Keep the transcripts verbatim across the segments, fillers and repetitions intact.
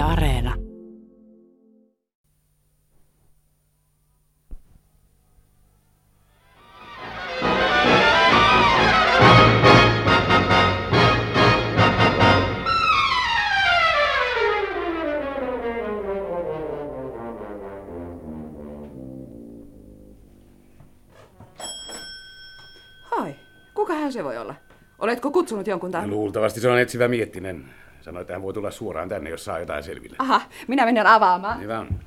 Areena. Hai, kukahan se voi olla? Oletko kutsunut jonkun tänne? Luultavasti se on etsivä Miettinen. Sanoi, että hän voi tulla suoraan tänne, jos saa jotain selville. Aha, minä menen avaamaan. Hyvä on.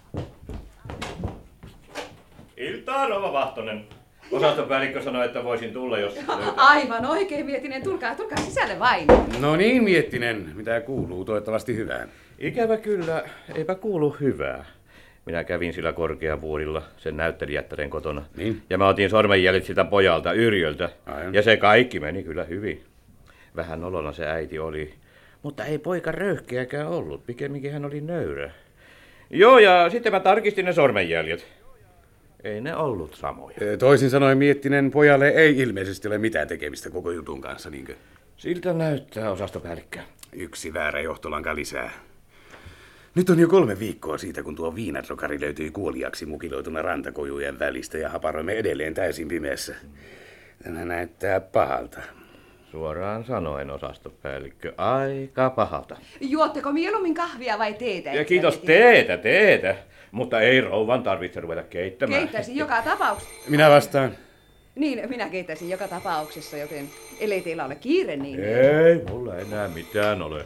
Iltaa, rouva Vahtonen. Osastopäällikkö sanoi, että voisin tulla, jos löytää. Aivan oikein, Miettinen. Tulkaa, tulkaa sisälle vain. No niin, Miettinen. Mitä kuuluu? Toivottavasti hyvää. Ikävä kyllä, eipä kuulu hyvää. Minä kävin sillä Korkeavuorilla sen näyttelijättären kotona. Niin? Ja mä otin sormenjäljet siltä pojalta, Yrjöltä. Aivan. Ja se kaikki meni kyllä hyvin. Vähän nolona se äiti oli. Mutta ei poika röyhkeäkään ollut. Pikemminkin hän oli nöyrä. Joo, ja sitten mä tarkistin ne sormenjäljet. Ei ne ollut samoja. Toisin sanoen Miettinen, pojalle ei ilmeisesti ole mitään tekemistä koko jutun kanssa, niinkö? Siltä näyttää, osastopäällikkö. Yksi väärä johtolanka lisää. Nyt on jo kolme viikkoa siitä, kun tuo viinadrokari löytyi kuoliaksi mukiloituna rantakojujen välistä ja haparoimme edelleen täysin pimeässä. Tämä näyttää pahalta. Suoraan sanoen, osastopäällikkö, aika pahalta. Juotteko mieluummin kahvia vai teetä? Ja kiitos teetä, teetä. Mutta ei rouvan tarvitse ruveta keittämään. Keittäisin joka tapauksessa. Minä vastaan. Niin, minä keittäisin joka tapauksessa, joten ellei teillä ole kiire, niin... Ei mulla enää mitään ole.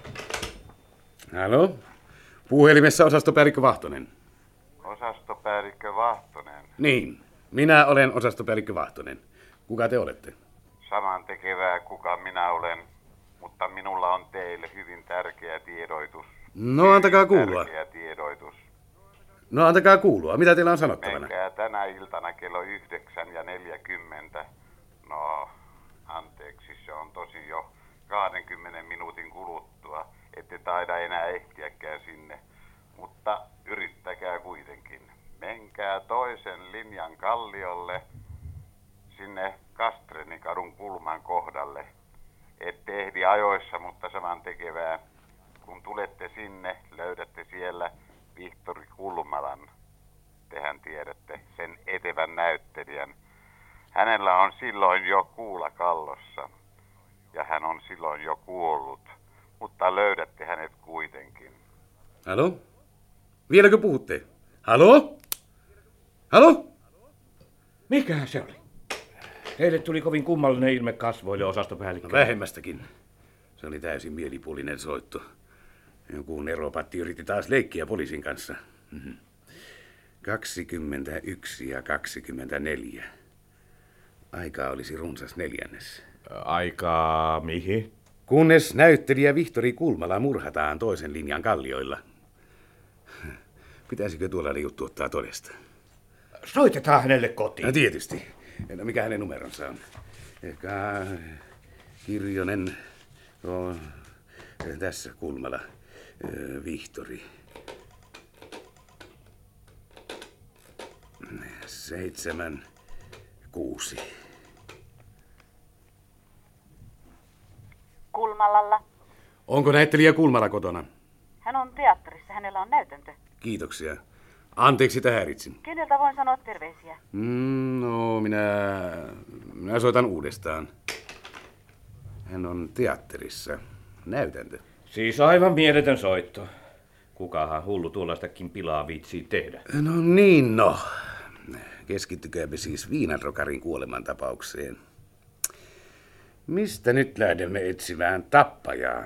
Halo? Puhelimessa osastopäällikkö Vahtonen. Osastopäällikkö Vahtonen. Niin, minä olen osastopäällikkö Vahtonen. Kuka te olette? Saman tekevää kuka minä olen, mutta minulla on teille hyvin tärkeä tiedoitus. No antakaa kuulua. Tärkeä tiedoitus. No antakaa kuulua. Mitä teillä on sanottavana? Menkää tänä iltana kello yhdeksän ja neljäkymmentä. No, anteeksi, se on tosi jo kahdenkymmenen minuutin kuluttua. Ette taida enää ehtiäkään sinne, mutta yrittäkää kuitenkin. Menkää toisen linjan kalliolle, sinne Kastrenikadun kulman kohdalle. Ette ehdi ajoissa, mutta saman tekevää. Kun tulette sinne, löydätte siellä Vihtori Kulmalan. Tehän tiedätte sen etevän näyttelijän. Hänellä on silloin jo kuula kallossa ja hän on silloin jo kuollut, mutta löydätte hänet kuitenkin. Halo? Vieläkö puhutte? Halo? Halo? Mikähän se oli? Heille tuli kovin kummallinen ilme kasvoille, osastopäällikkö. No vähemmästäkin. Se oli täysin mielipuolinen soitto. Joku neropatti yritti taas leikkiä poliisin kanssa. Mm-hmm. kaksikymmentäyksi ja kaksikymmentäneljä. Aikaa olisi runsas neljännes. Aikaa mihin? Kunnes näyttelijä Vihtori Kulmala murhataan toisen linjan kallioilla. Pitäisikö tuolla juttu ottaa todesta? Soitetaan hänelle kotiin. No tietysti. No mikä hänen numeronsa on? Ehkä Kirjonen. No, tässä Kulmala. Vihtori. Seitsemän, kuusi. Kulmalalla. Onko näyttelijä Kulmala kotona? Hän on teatterissa, hänellä on näytäntö. Kiitoksia. Anteeksi, että häiritsin. Keneltä voin sanoa terveisiä? Mm, no, minä... Minä soitan uudestaan. Hän on teatterissa. Näytäntö. Siis aivan mieletön soitto. Kukahan hullu tuollaistakin pilaa viitsii tehdä? No niin, no. Keskittykäämme siis viinadrokarin kuolemantapaukseen. Mistä nyt lähdemme etsimään tappajaa?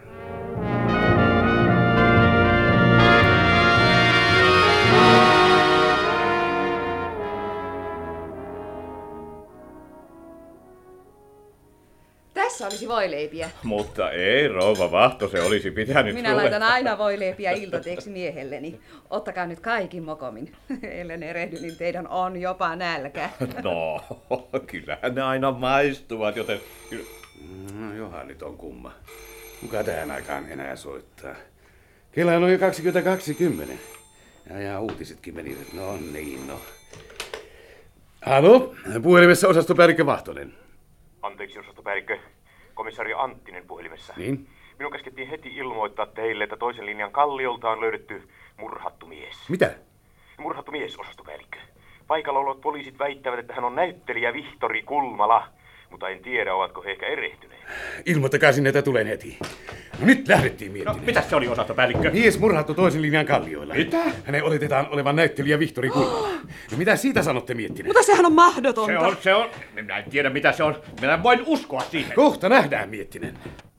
Tässä olisi voileipiä. Mutta ei, rouva Vahto, se olisi pitänyt Minä tulla. laitan aina voileipiä iltateeksi miehelleni. Ottakaa nyt kaikki mokomin. Ellen erehdy, niin teidän on jopa nälkä. No, kyllähän ne aina maistuvat, joten... No johan nyt on kumma. Kuka tähän aikaan enää soittaa? Kello on jo kaksikymmentä kaksikymmentä. Ja, ja uutisetkin menivät. No niin, no. Halo, puhelimessa osastopäällikkö Vahtonen. Anteeksi, osastopäällikkö. Komissaari Anttinen puhelimessa. Niin? Minun käskettiin heti ilmoittaa teille, että toisen linjan kalliolta on löydetty murhattu mies. Mitä? Murhattu mies, osastopäällikkö. Paikalla olevat poliisit väittävät, että hän on näyttelijä Vihtori Kulmala, mutta en tiedä, ovatko he ehkä erehtyneet. Ilmoittakaa sinne, että tulen heti. No nyt lähdettiin No, miettimään. mitä se oli, osastopäällikkö? Mies murhattu toisen linjan kallioilla. Mitä? Hänen oletetaan olevan näyttelijä Vihtori Kulmala. No mitä siitä sanotte miettineet? Mutta sehän on mahdotonta. Se on, se on. Minä en tiedä, mitä se on. Minä voin uskoa siihen. Kohta nähdään miettinen.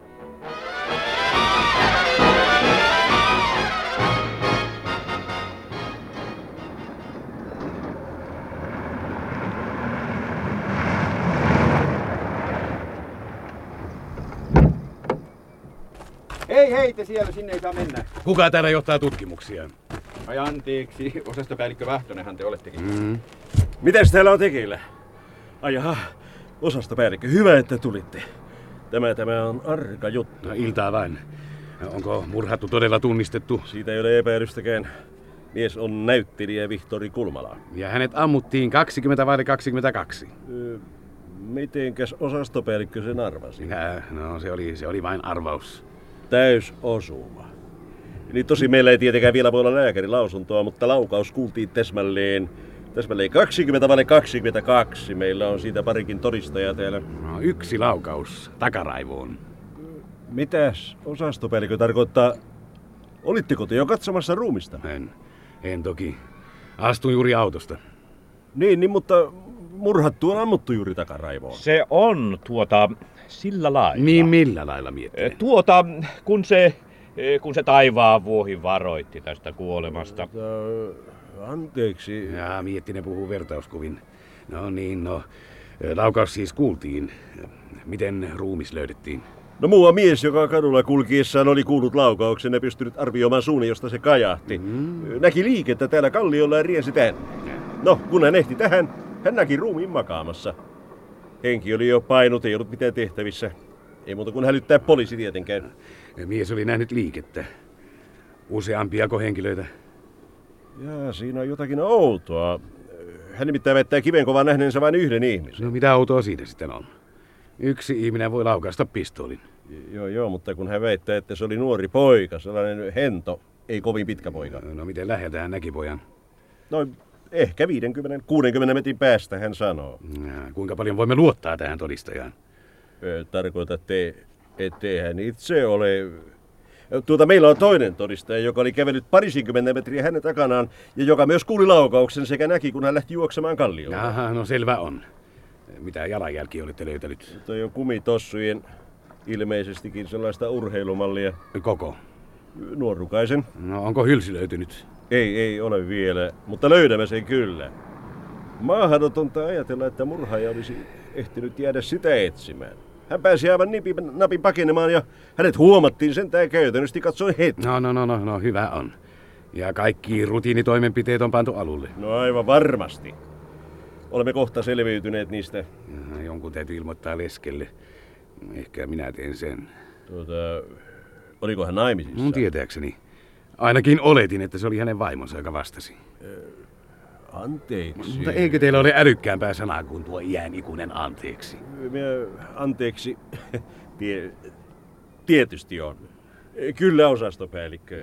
Hei hei, te siellä, sinne ei saa mennä. Kuka täällä johtaa tutkimuksia? Ai anteeksi, osastopäällikkö Vähtönenhän te olettekin. Mm. Mitäs täällä on tekeillä? Ai jaha, osastopäällikkö, hyvä että tulitte. Tämä, tämä on arka juttu. No iltaa vain. Onko murhattu todella tunnistettu? Siitä ei ole epäilystäkään. Mies on näyttelijä Vihtori Kulmala. Ja hänet ammuttiin kaksikymmentä vai kaksikymmentäkaksi. Öö, mitenkäs osastopäällikkö sen arvasi? Ja, no se oli, se oli vain arvaus. Täys osuma. Niin tosi meillä ei tietenkään vielä voi olla lääkärin lausuntoa, mutta laukaus kuultiin täsmälleen, täsmälleen kaksikymmentä vai kaksikymmentäkaksi. Meillä on siitä parikin todistajaa täällä. No, yksi laukaus takaraivoon. Mitäs osastopäällikkö tarkoittaa? Olitteko te jo katsomassa ruumista? En, en toki. Astuin juuri autosta. Niin, niin, mutta murhattu on ammuttu juuri takaraivoon. Se on tuota sillä lailla. Niin millä lailla miettii? Tuota, kun se, kun se taivaan vuohi varoitti tästä kuolemasta. Tota, anteeksi. Ja Miettinen puhuu vertauskuvin. No niin, no. Laukaus siis kuultiin. Miten ruumis löydettiin? No muuan mies, joka kadulla kulkiessaan oli kuullut laukauksen ja pystynyt arvioimaan suunnin, josta se kajahti. Mm. Näki liikettä täällä kalliolla ja riensi tänne. No, kun hän ehti tähän, hän näki ruumiin makaamassa. Henki oli jo painut, ei ollut mitään tehtävissä. Ei muuta kuin hälyttää poliisi tietenkään. Mies oli nähnyt liikettä. Useampiako henkilöitä? Jaa, siinä on jotakin outoa. Hän nimittäin väittää kivenkovaa nähneensä vain yhden ihmisen. No mitä outoa siinä sitten on? Yksi ihminen voi laukaista pistoolin. Joo, joo, mutta kun hän väittää, että se oli nuori poika, sellainen hento, ei kovin pitkä poika. No miten läheltä hän näki pojan? No ehkä viisikymmentä kuusikymmentä metrin päästä hän sanoo. Ja, kuinka paljon voimme luottaa tähän todistajaan? Ö, tarkoitatte, ettei hän itse ole... Tuota, meillä on toinen todistaja, joka oli kävellyt parisikymmentä metriä hänen takanaan ja joka myös kuuli laukauksen sekä näki, kun hän lähti juoksemaan kalliolle. Jaha, no selvä on. Mitä jalanjälkiä olette löytänyt? Toi on kumitossujen, ilmeisestikin sellaista urheilumallia. Koko? Nuorukaisen. No onko hylsy löytynyt? Ei, ei ole vielä, mutta löydämme sen kyllä. Mahdotonta ajatella, että murhaaja olisi ehtinyt jäädä sitä etsimään. Hän pääsi aivan nipin, napin pakenemaan ja hänet huomattiin sentään käytännössä katsoen heti. No, no, no, no, no, hyvä on. Ja kaikki rutiinitoimenpiteet on pantu alulle. No aivan varmasti. Olemme kohta selviytyneet niistä. Ja jonkun täytyy ilmoittaa leskelle. Ehkä minä teen sen. Tuota, oliko hän naimisissa? Mun tietääkseni. Ainakin oletin, että se oli hänen vaimonsa, joka vastasi. Anteeksi. Mutta eikö teillä ole älykkäämpää sanaa kuin tuo iän ikuinen anteeksi? Minä, anteeksi. Tie, tietysti on. Kyllä, osastopäällikkö.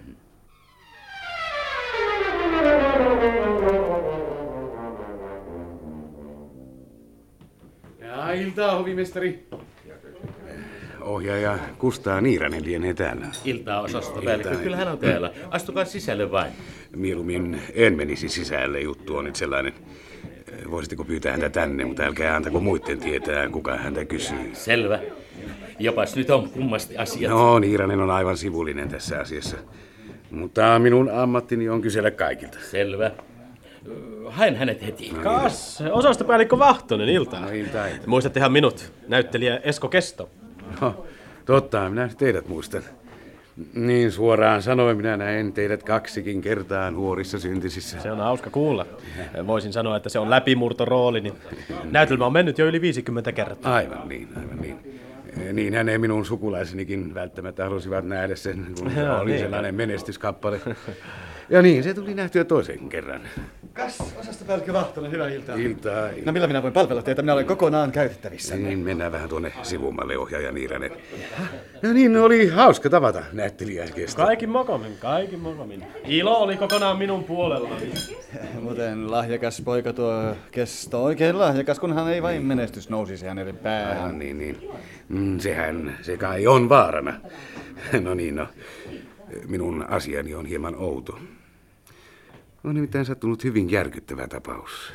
Ja iltaa, hovimestari. Ohjaaja Kustaa Niiranen lienee täällä. Iltaa osastopäällikkö, kyllä hän on täällä. Astukaa sisälle vain. Mieluummin en menisi sisälle, juttu on nyt sellainen. Voisitteko pyytää häntä tänne, mutta älkää antako muiden tietää, kuka häntä kysyy. Selvä. Jopas nyt on kummasti asiat. No, Niiranen on aivan sivullinen tässä asiassa. Mutta minun ammattini on kysellä kaikilta. Selvä. Haen hänet heti. No, Kas, osastopäällikkö Vahtonen, iltaa. No, iltaa, iltaa. Muistattehan minut, näyttelijä Esko Kesto. No, totta, minä teidät muistan. Niin suoraan sanoin, minä näin teidät kaksikin kertaa nuorissa syntisissä. Se on hauska kuulla. Voisin sanoa, että se on läpimurtorooli. Niin näytelmä on mennyt jo yli viisikymmentä kertaa. Aivan niin, aivan niin. Niin hänen minun sukulaisenikin välttämättä halusivat nähdä sen, kun se oli sellainen menestyskappale. Ja niin, se tuli nähtyä toisen kerran. Kas, osasta Osastopäällikkö Vahtonen, hyvää iltaa. Iltaa. No millä minä voin palvella teitä? Minä olen kokonaan käytettävissä. Niin, mennään vähän tuonne sivummalle, ohjaaja Niiranen. No niin, oli hauska tavata näyttelijää kesken. Kaikin mokomin, kaikin mokomin. Ilo oli kokonaan minun puolellani. Muuten lahjakas poika tuo Kesto, oikein lahjakas, kunhan ei vain menestys nousisi hänelle päähän. Ah, niin, niin. Mm, sehän, se kai on vaarana. No niin, no. Minun asiani on hieman outo. On nimittäin sattunut hyvin järkyttävä tapaus.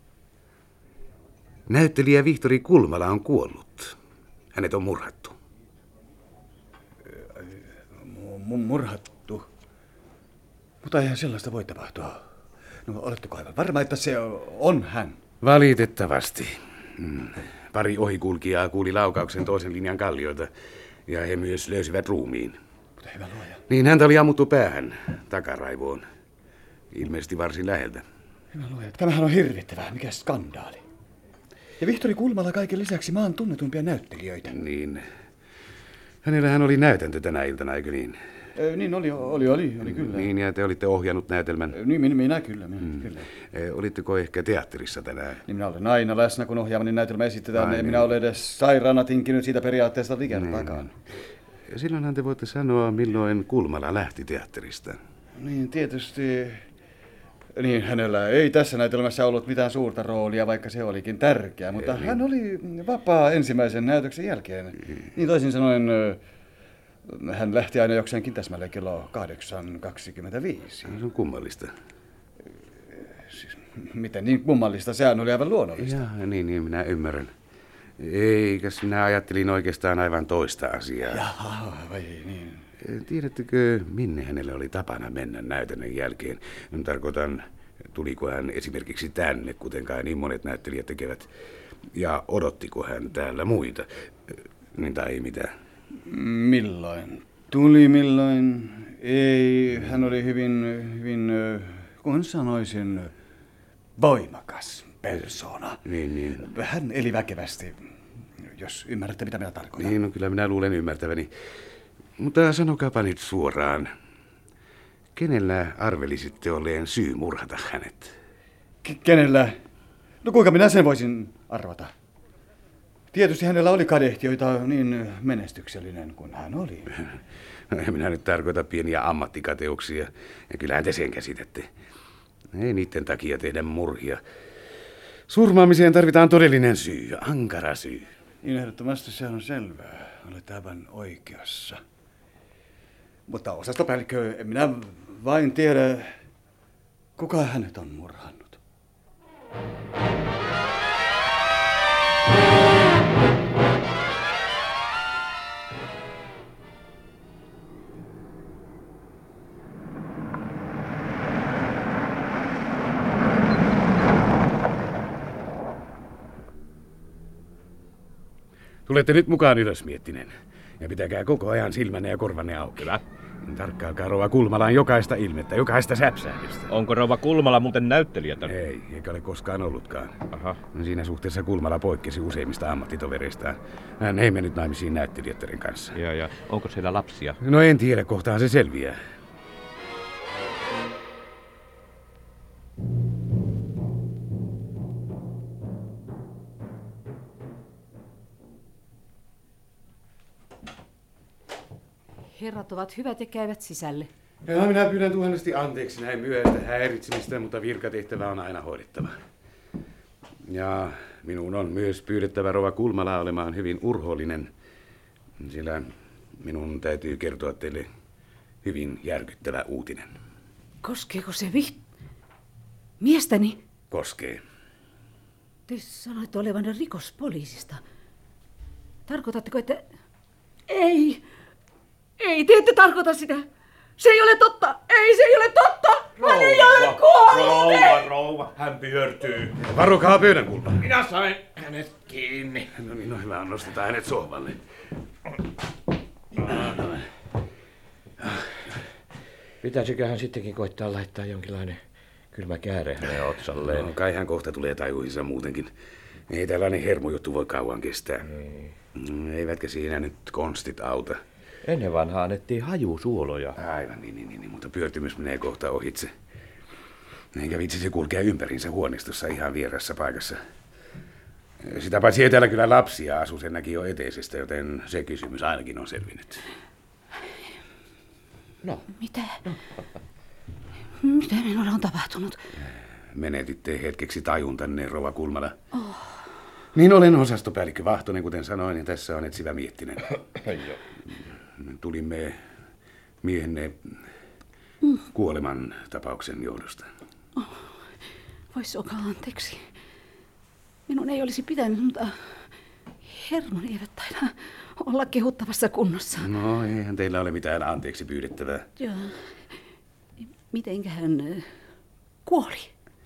Näyttelijä Vihtori Kulmala on kuollut. Hänet on murhattu. M- murhattu? Mutta eihän sellaista voi tapahtua. No, oletteko aivan varma, että se on hän? Valitettavasti. Mm. Pari ohikulkijaa kuuli laukauksen toisen linjan kallioita, ja he myös löysivät ruumiin. Mutta hyvä luoja. Niin, häntä oli ammuttu päähän, takaraivoon. Ilmeisesti varsin läheltä. Hyvä luoja. Tämähän on hirvittävää. Mikä skandaali. Ja Vihtori Kulmala kaiken lisäksi maan tunnetumpia näyttelijöitä. Niin. Hänellähän oli näytäntö tänä iltana, eikö niin? Ö, niin oli, oli, oli, oli kyllä. Niin, ja te olitte ohjannut näytelmän. Niin, minä, minä kyllä, minä, mm. kyllä. E, olitteko ehkä teatterissa tänään? Niin minä olen aina läsnä, kun ohjaamani näytelmä esitetään. Ai, en niin. Minä ole edes sairaana tinkinyt siitä periaatteesta likertaakaan. Niin. Silloinhan te voitte sanoa, milloin Kulmala lähti teatterista. Niin, tietysti. Niin, hänellä ei tässä näytelmässä ollut mitään suurta roolia, vaikka se olikin tärkeä, mutta Eli... hän oli vapaa ensimmäisen näytöksen jälkeen. Mm. Niin toisin sanoen, hän lähti aina jokseenkin täsmälleen kello kahdeksan kaksikymmentäviisi. Se on kummallista. Siis, miten niin kummallista? Sehän oli aivan luonnollista. Jaa, niin, niin, minä ymmärrän. Eikäs minä ajattelin oikeastaan aivan toista asiaa. Jaha, vai niin. Tiedättekö, minne hänelle oli tapana mennä näytelmän jälkeen? No, tarkoitan, tuliko hän esimerkiksi tänne, kuten kai niin monet näyttelijät tekevät, ja odottiko hän täällä muita, niin tai mitä? Milloin? Tuli milloin? Ei, hän oli hyvin, hyvin, kun sanoisin, voimakas persona. Niin, niin. Hän eli väkevästi, jos ymmärrätte, mitä minä tarkoitan. Niin, no kyllä minä luulen ymmärtäväni. Mutta sanokaapa nyt suoraan, kenellä arvelisitte olleen syy murhata hänet? K- kenellä? No kuinka minä sen voisin arvata? Tietysti hänellä oli kadehtioita niin menestyksellinen kuin hän oli. No, en minä nyt tarkoita pieniä ammattikateuksia, ja kyllähän te sen käsitätte. Ei niiden takia tehdä murhia. Surmaamiseen tarvitaan todellinen syy, ankara syy. Niin ehdottomasti se on selvää. Olet aivan oikeassa. Mutta osastopäällikkö, en minä vain tiedä, kuka hänet on murhannut. Tulette nyt mukaan ylös, Miettinen. Ja pitäkää koko ajan silmänne ja korvanne auki. Kyllä. Tarkkailkaa rouva Kulmalan jokaista ilmettä, jokaista säpsähdystä. Onko rouva Kulmala muuten näyttelijä? Ei, eikä ole koskaan ollutkaan. Aha. Siinä suhteessa Kulmala poikkesi useimmista ammattitovereistaan. Hän ei mennyt naimisiin näyttelijöiden kanssa. Ja, ja onko siellä lapsia? No en tiedä, kohtaan se selviää. Herrat ovat hyvät ja käyvät sisälle. Ja minä pyydän tuhannesti anteeksi näin myöhäistä häiritsemistä, mutta virkatehtävä on aina hoidettava. Ja minun on myös pyydettävä rouva Kulmala olemaan hyvin urhoollinen, sillä minun täytyy kertoa teille hyvin järkyttävä uutinen. Koskeeko se viht... miestäni? Koskee. Te sanoitte olevanne rikospoliisista. Tarkoitatteko, että... Ei! Ei, te ette tarkoita sitä. Se ei ole totta. Ei, se ei ole totta. Rouva, hän ei ole kuollut. Rouva, rouva. Hän pyörtyy. Varokaa pöydän kulma. Minä sain hänet kiinni. No niin, no hyvä, nostetaan hänet sohvalle. Pitäisiköhän sittenkin koittaa laittaa jonkinlainen kylmä kääre hänen otsalleen. No, kai hän kohta tulee tajuihinsa muutenkin. Ei tällainen hermojuttu voi kauan kestää. Ei. Eivätkä siinä nyt konstit auta. Ennen vanhaa annettiin hajusuoloja. Aivan niin, niin, niin, mutta pyörtymys menee kohta ohitse. Enkä viitsisi kulkea ympäriinsä huoneistossa ihan vieressä paikassa. Sitä paitsi etäällä kyllä lapsia asuu, sen näki jo eteisestä, joten se kysymys ainakin on selvinnyt. No. Mitä? Mitä minulle on tapahtunut? Menetitte hetkeksi tajuntanne, rouva Kulmala. Oh. Niin olen osastopäällikkö Vahtonen, kuten sanoin, ja tässä on etsivä Miettinen. Tulimme miehenne mm. kuoleman tapauksen johdosta. Oh. Voi sokaa anteeksi. Minun ei olisi pitänyt, mutta hermoni eivät taida olla kehuttavassa kunnossa. No, eihän teillä ole mitään anteeksi pyydettävää. Joo. Mitenköhän kuoli?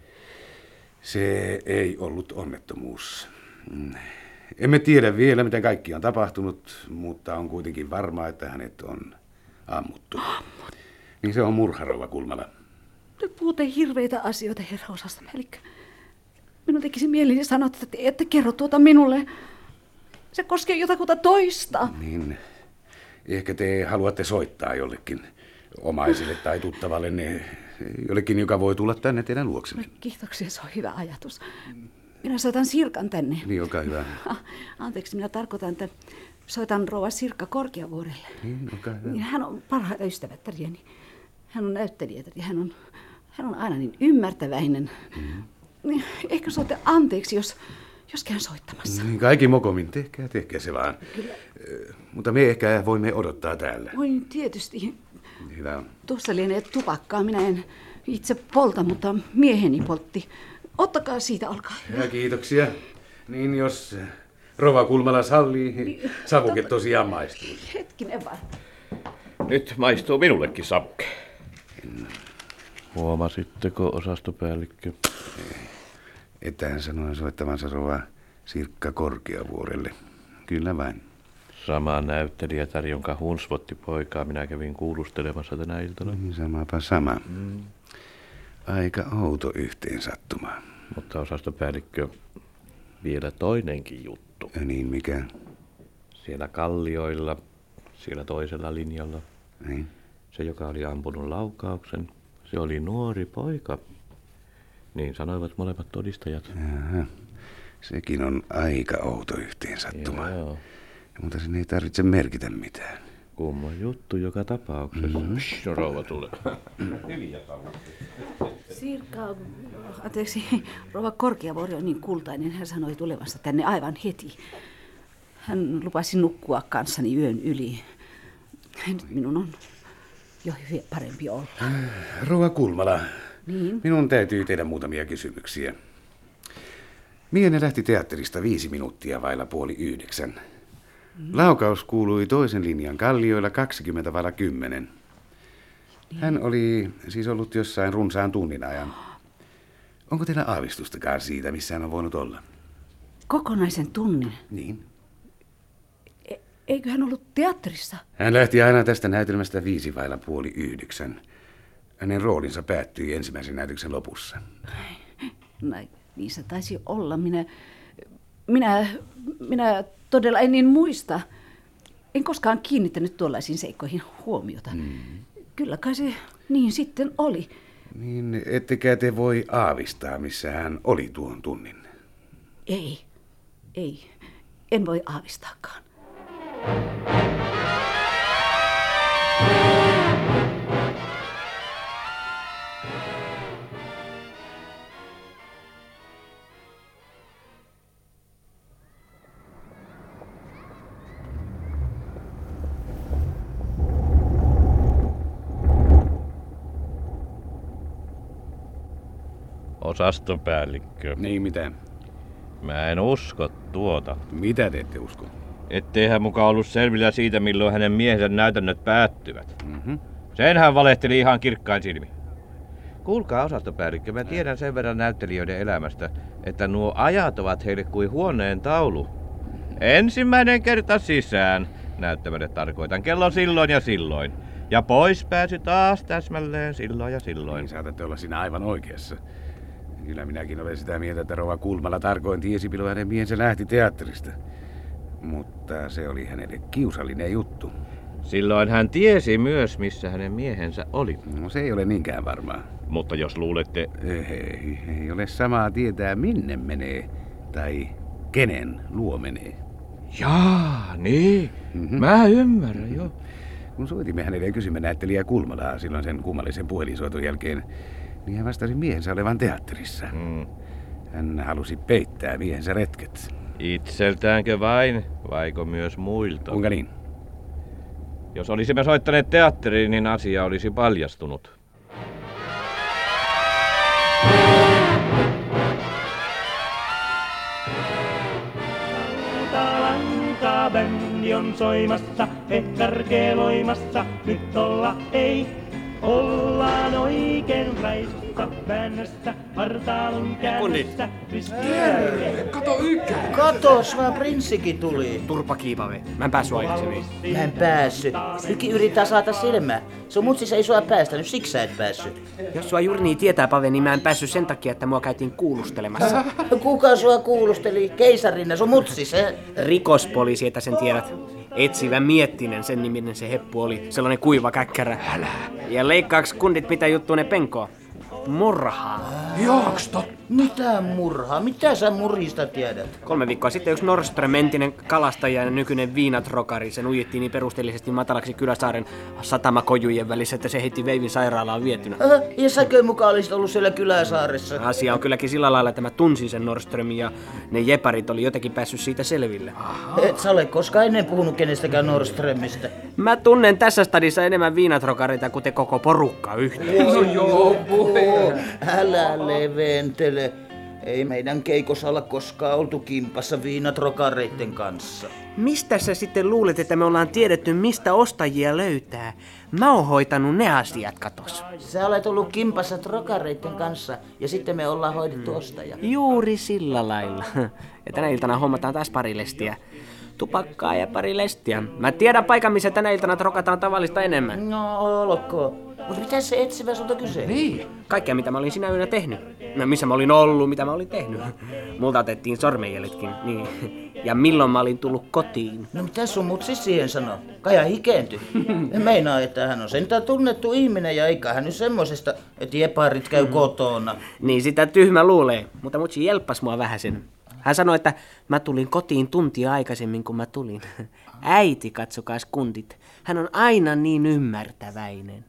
Se ei ollut onnettomuus. Emme tiedä vielä, miten kaikki on tapahtunut, mutta on kuitenkin varmaa, että hänet on ammuttu. Ammut. Niin se on murha, rouva Kulmala. Te puhutte hirveitä asioita, herra osastopäällikkö. Minun tekisi mieleni sanoa, että te ette kerro tuota minulle. Se koskee jotakuta toista. Niin, ehkä te haluatte soittaa jollekin omaisille tai tuttavalle, ne, jollekin, joka voi tulla tänne teidän luoksenne. Kiitoksia, se on hyvä ajatus. Minä soitan Sirkan tänne. Niin, olkaa hyvä. Anteeksi, minä tarkoitan, että soitan rouva Sirkka Korkeavuorelle. Niin, olkaa hyvä. Niin, hän on parhaita ystävättäriäni. Hän on näyttelijä ja hän on, hän on aina niin ymmärtäväinen. Mm-hmm. Ehkä soitte anteeksi, jos, jos käyn soittamassa. Niin, kaikki mokomin, tehkää, tehkää se vaan. Kyllä. Mutta me ehkä voimme odottaa täällä. Voin tietysti. Hyvä on. Tuossa lienee tupakkaa. Minä en itse polta, mutta mieheni poltti. Ottakaa siitä, olkaa hyvä. Ja kiitoksia. Niin jos rouva Kulmala sallii, niin, savuke tot... tosiaan maistuu. Hetkinen vaan. Nyt maistuu minullekin savuke. Huomasitteko, osastopäällikkö? Että hän sanoi soittavansa rouva Sirkka Korkeavuorelle. Kyllä vain. Sama näyttelijätär, jonka hunsvotti poikaa, minä kävin kuulustelemassa tänä iltana. Niin, samapa sama. Mm. Aika outo yhteensattuma. Mutta osastopäällikkö, vielä toinenkin juttu. Ja niin, mikä? Siellä Kallioilla, siellä toisella linjalla. Niin. Se, joka oli ampunut laukauksen, se oli nuori poika. Niin sanoivat molemmat todistajat. Jaha. Sekin on aika outo yhteensattuma. Joo. Mutta sen ei tarvitse merkitä mitään. Kumma juttu joka tapauksessa. Mm-hmm. Rouva tulee. Sirkka, anteeksi, rouva Korkeavuori on niin kultainen. Hän sanoi tulevansa tänne aivan heti. Hän lupasi nukkua kanssani yön yli. Nyt minun on jo hyvin parempi olla. Rouva Kulmala, niin? Minun täytyy tehdä muutamia kysymyksiä. Miehenne lähti teatterista viisi minuuttia vailla puoli yhdeksän. Mm. Laukaus kuului toisen linjan Kallioilla kaksikymmentä vailla kymmenen. Niin. Hän oli siis ollut jossain runsaan tunnin ajan. Onko teillä aavistustakaan siitä, missä hän on voinut olla? Kokonaisen tunnin? Niin. E- eikö hän ollut teatterissa? Hän lähti aina tästä näytelmästä viisi vailla puoli yhdeksän. Hänen roolinsa päättyi ensimmäisen näytöksen lopussa. No, niin se taisi olla. Minä, minä, minä todella en niin muista. En koskaan kiinnittänyt tuollaisiin seikkoihin huomiota. Mm. Kyllä kai se niin sitten oli. Niin, ettekä te voi aavistaa, missä hän oli tuon tunnin? Ei, ei. En voi aavistaakaan. Osastopäällikkö. Niin, mitä? Mä en usko tuota. Mitä te ette usko? Ettei hän mukaan ollut selvillä siitä, milloin hänen miehensä näytännöt päättyvät. Mm-hmm. Sen hän valehteli ihan kirkkain silmin. Kuulkaa, osastopäällikkö, mä tiedän sen verran näyttelijöiden elämästä, että nuo ajat ovat heille kuin huoneen taulu. Ensimmäinen kerta sisään, näyttämälle tarkoitan, kello silloin ja silloin. Ja pois pääsy taas täsmälleen silloin ja silloin. Niin, saatatte olla siinä aivan oikeassa. Kyllä minäkin olen sitä mieltä, että rouva Kulmala tarkoin tiesi, milloin hänen miehensä lähti teatterista. Mutta se oli hänelle kiusallinen juttu. Silloin hän tiesi myös, missä hänen miehensä oli. No se ei ole niinkään varmaa. Mutta jos luulette... Ei, ei ole samaa tietää minne menee tai kenen luo menee. Jaa, niin. Mm-hmm. Mä ymmärrän, jo. Kun soitimme hänelle ja kysymme näyttelijä Kulmalaa silloin sen kummallisen puhelinsoiton jälkeen, niin hän vastasi miehensä olevan teatterissa. Mm. Hän halusi peittää miehensä retket. Itseltäänkö vain, vaiko myös muilta? Kuinka niin? Jos olisimme soittaneet teatteriin, niin asia olisi paljastunut. Bändi on soimassa, he karkeloimassa, nyt olla ei. Ollaan oikein raiskassa, väännössä, vartaalon käännössä. Kato Ykkä! Katos, vaan prinssikin tuli. Turpa kiipave. Mä en päässyt aikaisemmin. Mä en päässyt. Nytkin yrittää saada silmää. Sun mutsis ei sua päästänyt, siksi sä et päässyt. Jos sua juuri niin tietää, Pave, niin mä en päässyt sen takia, että mua käytiin kuulustelemassa. Kuka sua kuulusteli? Keisarinna, sun mutsis, eh? Rikospoliisi, että sen tiedät. Etsivä Miettinen, sen niminen se heppu oli. Sellainen kuiva käkkärä. Älä. Ja leikkaaks kundit mitä juttua ne penkoo? Murhaa. Jaaks tot? Mitä murhaa? Mitä sä murhista tiedät? Kolme viikkoa sitten yksi Norström, entinen kalastaja ja nykyinen viinatrokari. Se nuijittiin niin perusteellisesti matalaksi Kyläsaaren satamakojujen välissä, että se heitti veivin sairaalaan vietynä. Äh, ja säkö mukaan olisit ollut siellä Kyläsaaressa? Asia on kylläkin sillä lailla, että mä tunsin sen Norströmin ja ne jeparit oli jotenkin päässyt siitä selville. Aha. Et sä ole koskaan ennen puhunut kenestäkään Norströmistä. Mä tunnen tässä stadissa enemmän viinatrokareita kuin te koko porukka yhteensä. No joo, älä leventele. Ei meidän keikossa olla koskaan oltu kimpassa viinatrokareitten kanssa. Mistä sä sitten luulet, että me ollaan tiedetty, mistä ostajia löytää? Mä oon hoitanut ne asiat, katos. Sä olet ollut kimpassa trokareitten kanssa ja sitten me ollaan hoidettu mm. ostaja. Juuri sillä lailla. Ja tänä iltana hommataan taas pari lestiä. Tupakkaa ja pari lestiä. Mä tiedän paikan, missä tänä iltana trokataan tavallista enemmän. No, olkoon. Mutta mitä se etsivä sulta kyse? Niin. Kaikkea, mitä mä olin sinä yönä tehnyt. No, missä mä olin ollut, mitä mä olin tehnyt. Multa otettiin sormenjäljitkin. Niin. Ja milloin mä olin tullut kotiin. No mitä sun mutsis siihen sanoo? Kaja hikeenty. Meinaa, että hän on sentään tunnettu ihminen ja eikä hän nyt semmosesta, että jeparit käy mm. kotona. Niin sitä tyhmä luulee. Mutta mutsi jelppas mua vähäsen. Hän sanoi, että mä tulin kotiin tuntia aikaisemmin kuin mä tulin. Äiti, katsokaas kuntit. Hän on aina niin ymmärtäväinen.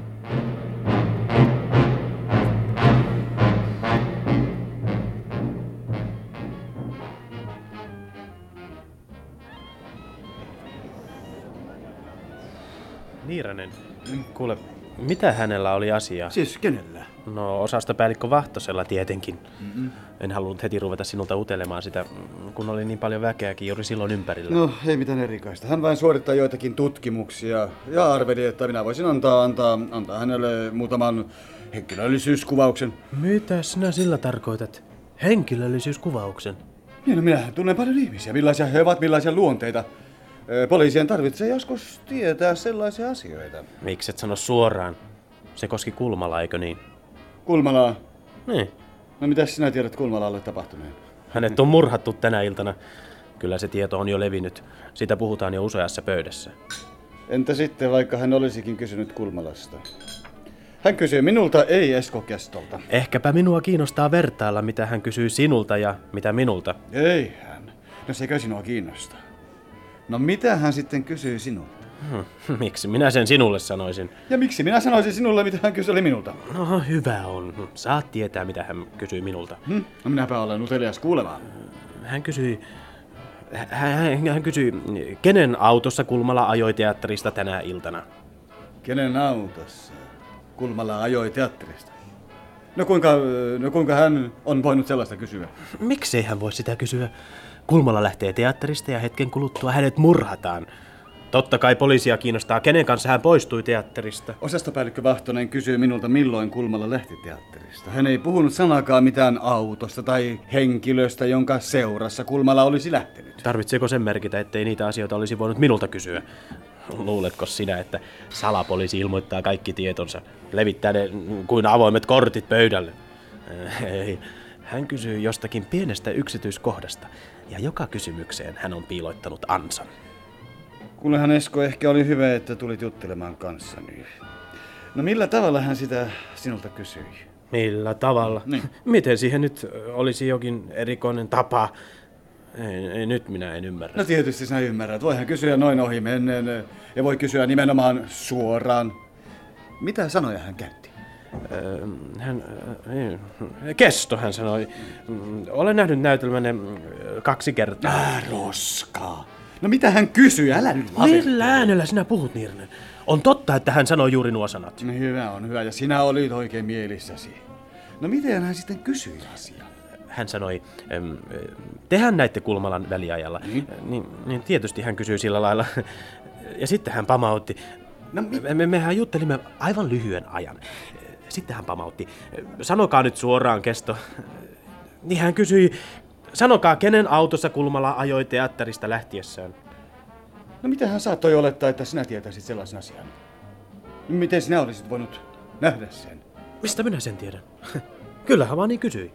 Niiranen, kuule, mitä hänellä oli asiaa? Siis kenellä? No, osastopäällikkö Vahtosella tietenkin. Mm-mm. En halunnut heti ruveta sinulta utelemaan sitä, kun oli niin paljon väkeäkin juuri silloin ympärillä. No, ei mitään erikoista. Hän vain suorittaa joitakin tutkimuksia ja arveli, että minä voisin antaa, antaa, antaa hänelle muutaman henkilöllisyyskuvauksen. Mitä sinä sillä tarkoitat? Henkilöllisyyskuvauksen? Niin, no minähän tunnen paljon ihmisiä. Millaisia he ovat, millaisia luonteita. Poliisien tarvitsee joskus tietää sellaisia asioita. Miksi et sano suoraan? Se koski Kulmalaa, eikö niin? Kulmalaa? Niin. No mitäs sinä tiedät Kulmalaalle tapahtuneen? Hänet on murhattu tänä iltana. Kyllä se tieto on jo levinnyt. Siitä puhutaan jo useassa pöydässä. Entä sitten, vaikka hän olisikin kysynyt Kulmalasta? Hän kysyy minulta, ei Esko Kestolta. Ehkäpä minua kiinnostaa vertailla, mitä hän kysyy sinulta ja mitä minulta. Ei hän. No sekö sinua kiinnostaa? No mitä hän sitten kysyy sinulta? Hmm, miksi minä sen sinulle sanoisin? Ja miksi minä sanoisin sinulle, mitä hän kyseli minulta? No hyvä on. Saat tietää, mitä hän kysyy minulta. Hmm? No minäpä olen utelias kuulemaan. Hän kysyi... Hän, hän kysyi, kenen autossa Kulmala ajoi teatterista tänä iltana? Kenen autossa Kulmala ajoi teatterista? No kuinka, no kuinka hän on voinut sellaista kysyä? Miksei hän voi sitä kysyä? Kulmala lähtee teatterista ja hetken kuluttua hänet murhataan. Totta kai poliisia kiinnostaa, kenen kanssa hän poistui teatterista. Osastopäällikkö Vahtonen kysyy minulta, milloin Kulmala lähti teatterista. Hän ei puhunut sanakaan mitään autosta tai henkilöstä, jonka seurassa Kulmala olisi lähtenyt. Tarvitseeko sen merkitä, ettei niitä asioita olisi voinut minulta kysyä? Luuletko sinä, että salapoliisi ilmoittaa kaikki tietonsa, levittää ne kuin avoimet kortit pöydälle? Ei. Hän kysyy jostakin pienestä yksityiskohdasta, ja joka kysymykseen hän on piiloittanut ansan. Kuulehan Esko, ehkä oli hyvä, että tulit juttelemaan kanssani. No millä tavalla hän sitä sinulta kysyi? Millä tavalla? Niin. Miten siihen nyt olisi jokin erikoinen tapa? Ei, ei, nyt minä en ymmärrä. No tietysti sinä ymmärrät. Voihan kysyä noin ohi menneen ja voi kysyä nimenomaan suoraan. Mitä sanoja hän käytti? Öö, hän, ei, kesto, hän sanoi. Olen nähnyt näytelmänne kaksi kertaa. Äh, roskaa. No mitä hän kysyi? Älä nyt lavettele. Millä äänellä sinä puhut, Nirnen? On totta, että hän sanoi juuri nuo sanat. No hyvä on, hyvä. Ja sinä olit oikein mielissäsi. No miten hän sitten kysyi asiaa? Hän sanoi, tehän näitte Kulmalan väliajalla. Niin? Niin, niin tietysti hän kysyi sillä lailla. Ja sitten hän pamautti. No, me, me, mehän juttelimme aivan lyhyen ajan. Sitten hän pamautti. Sanokaa nyt suoraan, Kesto. Niin hän kysyi, sanokaa, kenen autossa Kulmala ajoi teatterista lähtiessään. No mitä hän saattoi olettaa, että sinä tietäisit sellaisen asian? Miten sinä olisit voinut nähdä sen? Mistä minä sen tiedän? Kyllähän vaan niin kysyi.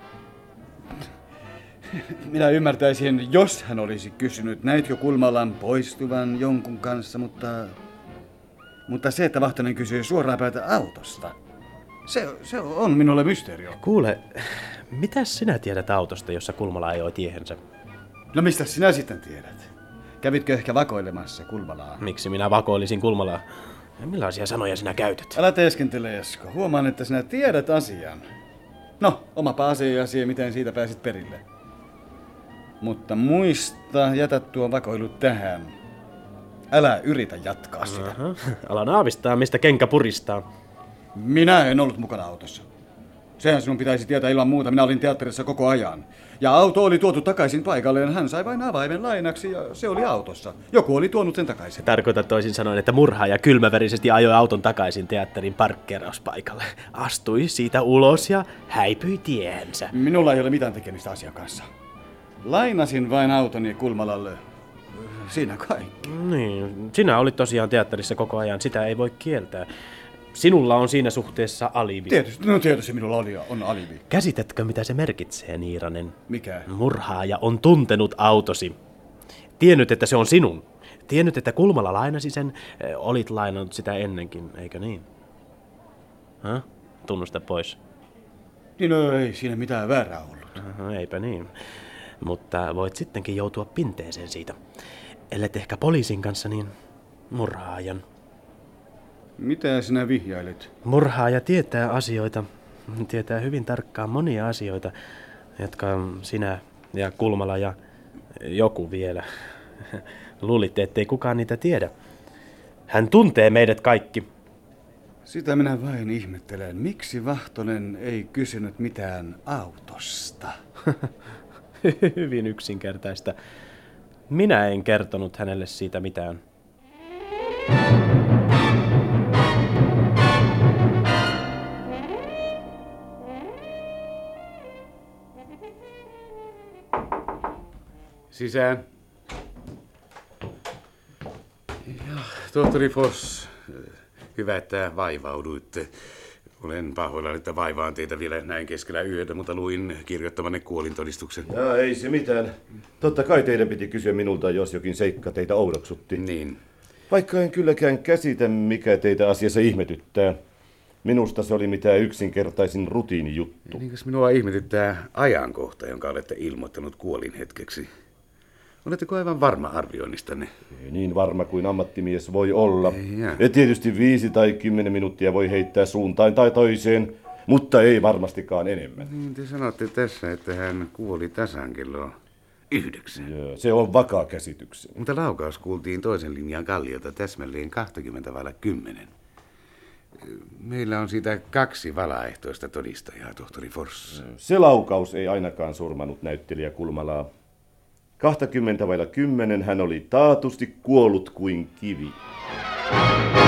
Minä ymmärtäisin, jos hän olisi kysynyt, näitkö Kulmalan poistuvan jonkun kanssa, mutta... Mutta se, että Vahtonen kysyy suoraan päätä autosta, se, se on minulle mysteerio. Kuule, mitä sinä tiedät autosta, jossa Kulmala ajoi tiehensä? No mistä sinä sitten tiedät? Kävitkö ehkä vakoilemassa Kulmalaa? Miksi minä vakoilisin Kulmalaa? Millaisia sanoja sinä käytät? Älä teeskentele, Esko. Huomaan, että sinä tiedät asian. No, omapa asiasi, miten siitä pääsit perille. Mutta muista, jätä tuo vakoilu tähän. Älä yritä jatkaa sitä. Aha. Alan aavistaa, mistä kenkä puristaa. Minä en ollut mukana autossa. Sehän sinun pitäisi tietää ilman muuta. Minä olin teatterissa koko ajan. Ja auto oli tuotu takaisin paikalleen. Hän sai vain avaimen lainaksi ja se oli autossa. Joku oli tuonut sen takaisin. Tarkoitat toisin sanoen, että murhaaja kylmäverisesti ajoi auton takaisin teatterin parkkeerauspaikalle. Astui siitä ulos ja häipyi tiehensä. Minulla ei ole mitään tekemistä asian kanssa. Lainasin vain autoni Kulmalalle. Siinä kaikki. Niin, sinä olit tosiaan teatterissa koko ajan. Sitä ei voi kieltää. Sinulla on siinä suhteessa alibi. Tietysti, no tietysti minulla oli, on alibi. Käsitätkö, mitä se merkitsee, Niiranen? Mikä? Murhaaja on tuntenut autosi. Tiennyt, että se on sinun. Tiennyt, että Kulmala lainasi sen. Olit lainannut sitä ennenkin, eikö niin? Häh? Tunnusta pois. Niin no, ei siinä mitään väärää ollut. Aha, eipä niin. Mutta voit sittenkin joutua pinteeseen siitä. Ellet ehkä poliisin kanssa, niin murhaajan. Mitä sinä vihjailet? Murhaaja tietää asioita. Tietää hyvin tarkkaan monia asioita, jotka sinä ja Kulmala ja joku vielä. Luulitte, ettei kukaan niitä tiedä. Hän tuntee meidät kaikki. Sitä minä vain ihmettelen. Miksi Vahtonen ei kysynyt mitään autosta? Hyvin yksinkertaista. Minä en kertonut hänelle siitä mitään. Sisään. Ja, tohtori Foss, hyvä, että vaivauduitte. Olen pahoillani, että vaivaan teitä vielä näin keskellä yötä, mutta luin kirjoittamanne kuolintodistuksen. Ja ei se mitään. Totta kai teidän piti kysyä minulta, jos jokin seikka teitä oudoksutti. Niin. Vaikka en kylläkään käsitä, mikä teitä asiassa ihmetyttää. Minusta se oli mitään yksinkertaisin rutiinijuttu. Niinkäs minua ihmetyttää ajankohta, jonka olette ilmoittanut kuolin hetkeksi. Oletteko aivan varma arvioinnistanne? Ei niin varma kuin ammattimies voi olla. Ja. Ja tietysti viisi tai kymmenen minuuttia voi heittää suuntaan tai toiseen, mutta ei varmastikaan enemmän. Niin te sanotte tässä, että hän kuoli tasan kello yhdeksän. Joo, se on vakaa käsitykseni. Mutta laukaus kuultiin toisen linjan kalliota täsmälleen kaksikymmentä vailla kymmenen. Meillä on siitä kaksi valaehtoista todistajaa, tohtori Foss. Se laukaus ei ainakaan surmanut näyttelijä Kulmalaa. kaksikymmentä vailla kymmenen hän oli taatusti kuollut kuin kivi.